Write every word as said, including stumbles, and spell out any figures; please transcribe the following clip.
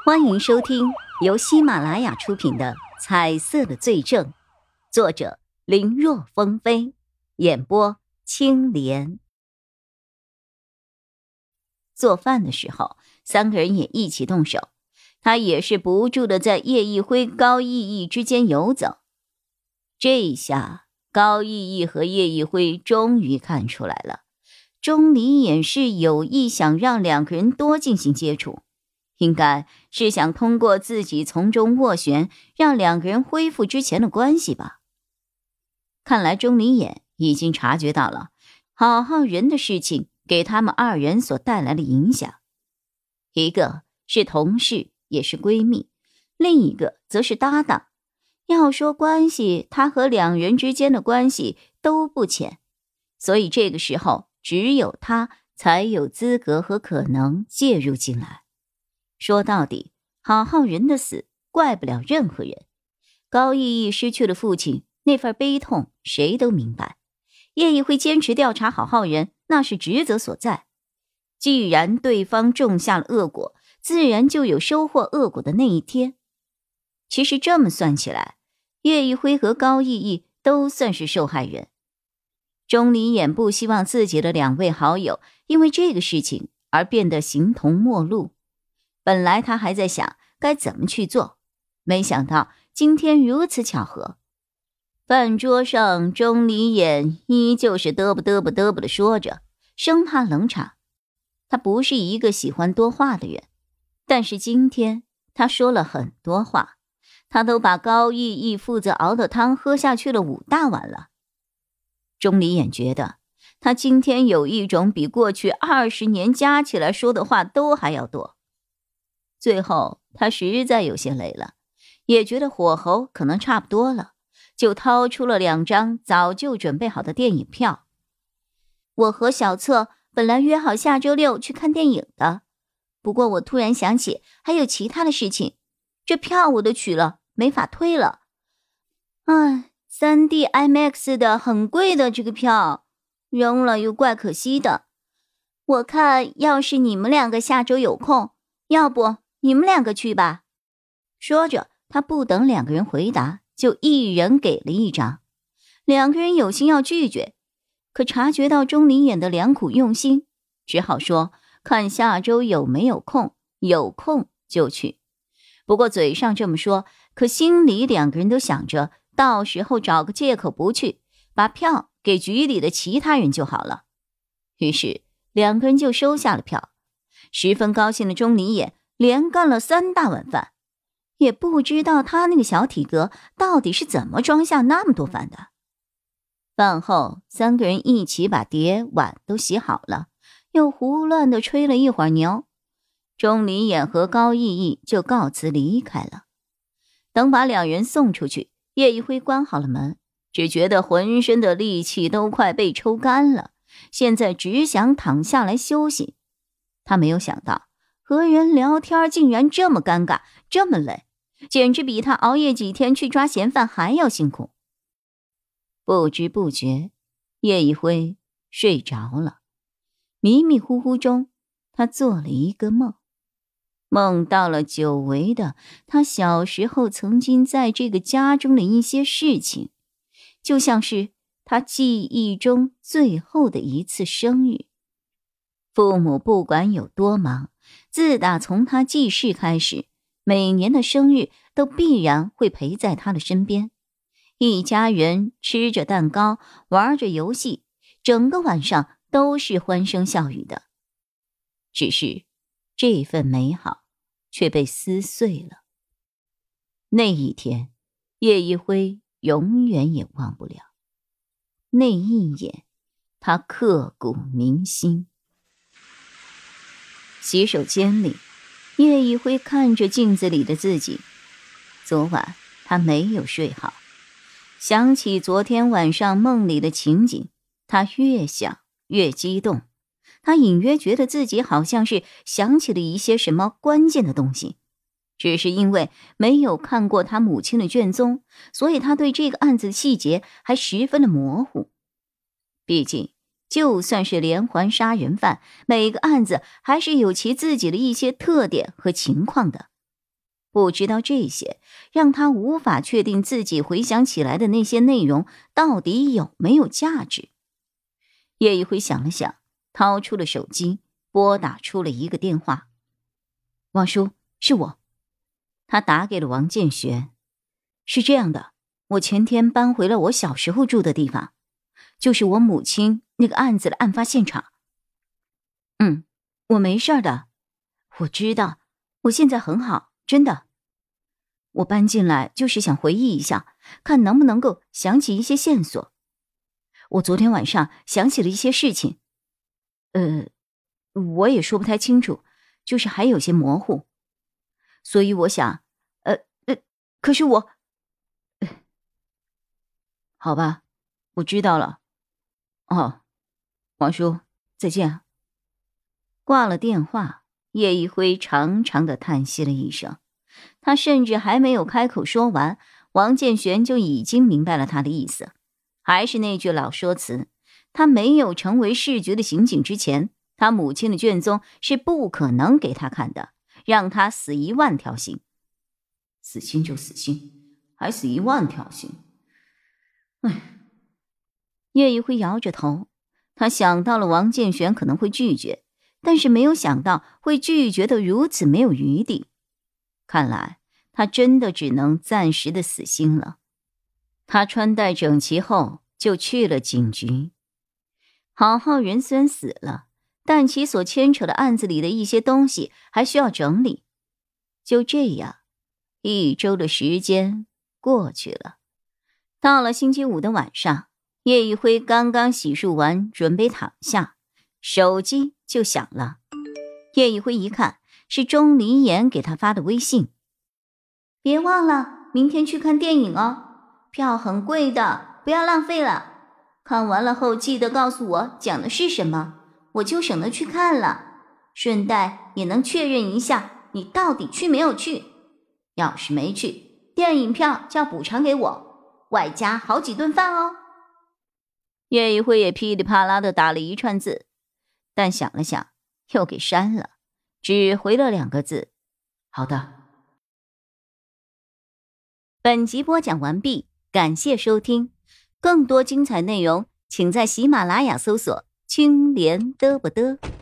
欢迎收听由喜马拉雅出品的《彩色的罪证》，作者林若风飞，演播青莲。做饭的时候，三个人也一起动手，他也是不住的在叶一辉、高逸逸之间游走。这一下，高逸逸和叶一辉终于看出来了，钟离衍是有意想让两个人多进行接触，应该是想通过自己从中斡旋，让两个人恢复之前的关系吧。看来钟离衍已经察觉到了郝浩仁的事情给他们二人所带来的影响，一个是同事也是闺蜜，另一个则是搭档。要说关系，他和两人之间的关系都不浅，所以这个时候只有他才有资格和可能介入进来。说到底，郝浩仁的死怪不了任何人，高逸逸失去了父亲，那份悲痛谁都明白。叶一辉坚持调查郝浩仁，那是职责所在。既然对方种下了恶果，自然就有收获恶果的那一天。其实这么算起来，叶一辉和高逸逸都算是受害人。钟离衍不希望自己的两位好友因为这个事情而变得形同陌路。本来他还在想该怎么去做，没想到今天如此巧合。饭桌上，钟离衍依旧是嘚啵嘚啵嘚啵的说着，生怕冷场。他不是一个喜欢多话的人，但是今天他说了很多话，他都把高逸逸负责熬的汤喝下去了五大碗了。钟离衍觉得他今天有一种比过去二十年加起来说的话都还要多。最后他实在有些累了，也觉得火候可能差不多了，就掏出了两张早就准备好的电影票。我和小策本来约好下周六去看电影的，不过我突然想起还有其他的事情，这票我都取了，没法退了。唉， 三 D I M A X 的很贵的这个票，扔了又怪可惜的。我看要是你们两个下周有空，要不你们两个去吧。说着，他不等两个人回答，就一人给了一张。两个人有心要拒绝，可察觉到钟离衍的良苦用心，只好说看下周有没有空，有空就去。不过嘴上这么说，可心里两个人都想着到时候找个借口不去，把票给局里的其他人就好了。于是两个人就收下了票。十分高兴的钟离衍连干了三大碗饭，也不知道他那个小体格到底是怎么装下那么多饭的。饭后，三个人一起把碟碗都洗好了，又胡乱地吹了一会儿牛。钟离衍和高逸逸就告辞离开了。等把两人送出去，叶一辉关好了门，只觉得浑身的力气都快被抽干了，现在只想躺下来休息。他没有想到和人聊天竟然这么尴尬，这么累，简直比他熬夜几天去抓闲饭还要辛苦。不知不觉，叶一辉睡着了。迷迷糊糊中，他做了一个梦，梦到了久违的他小时候曾经在这个家中的一些事情，就像是他记忆中最后的一次生日。父母不管有多忙，自打从他记事开始，每年的生日都必然会陪在他的身边。一家人吃着蛋糕，玩着游戏，整个晚上都是欢声笑语的。只是这份美好却被撕碎了。那一天，叶一辉永远也忘不了。那一眼，他刻骨铭心。洗手间里，叶一辉看着镜子里的自己。昨晚他没有睡好，想起昨天晚上梦里的情景，他越想越激动。他隐约觉得自己好像是想起了一些什么关键的东西，只是因为没有看过他母亲的卷宗，所以他对这个案子的细节还十分的模糊。毕竟就算是连环杀人犯，每个案子还是有其自己的一些特点和情况的。 不知道这些，让他无法确定自己回想起来的那些内容到底有没有价值。叶一辉想了想，掏出了手机，拨打出了一个电话。王叔，是我。他打给了王建玄。是这样的，我前天搬回了我小时候住的地方，就是我母亲那个案子的案发现场。嗯，我没事的。我知道，我现在很好，真的。我搬进来就是想回忆一下，看能不能够想起一些线索。我昨天晚上想起了一些事情，呃，我也说不太清楚，就是还有些模糊。所以我想，呃呃，可是我，呃、好吧，我知道了。哦，王叔，再见啊。挂了电话，叶一辉长长的叹息了一声。他甚至还没有开口说完，王建玄就已经明白了他的意思。还是那句老说辞，他没有成为市局的刑警之前，他母亲的卷宗是不可能给他看的，让他死一万条心。死心就死心，还死一万条心。唉。叶一辉摇着头，他想到了王建玄可能会拒绝，但是没有想到会拒绝得如此没有余地。看来他真的只能暂时的死心了。他穿戴整齐后就去了警局。郝浩仁虽然死了，但其所牵扯的案子里的一些东西还需要整理。就这样，一周的时间过去了。到了星期五的晚上，叶一辉刚刚洗漱完，准备躺下，手机就响了。叶一辉一看，是钟离言给他发的微信。别忘了明天去看电影哦，票很贵的，不要浪费了。看完了后记得告诉我讲的是什么，我就省得去看了，顺带也能确认一下你到底去没有去。要是没去，电影票就要补偿给我，外加好几顿饭哦。叶一辉也噼里啪啦的打了一串字，但想了想又给删了，只回了两个字：好的。本集播讲完毕，感谢收听。更多精彩内容请在喜马拉雅搜索青莲嘚不嘚。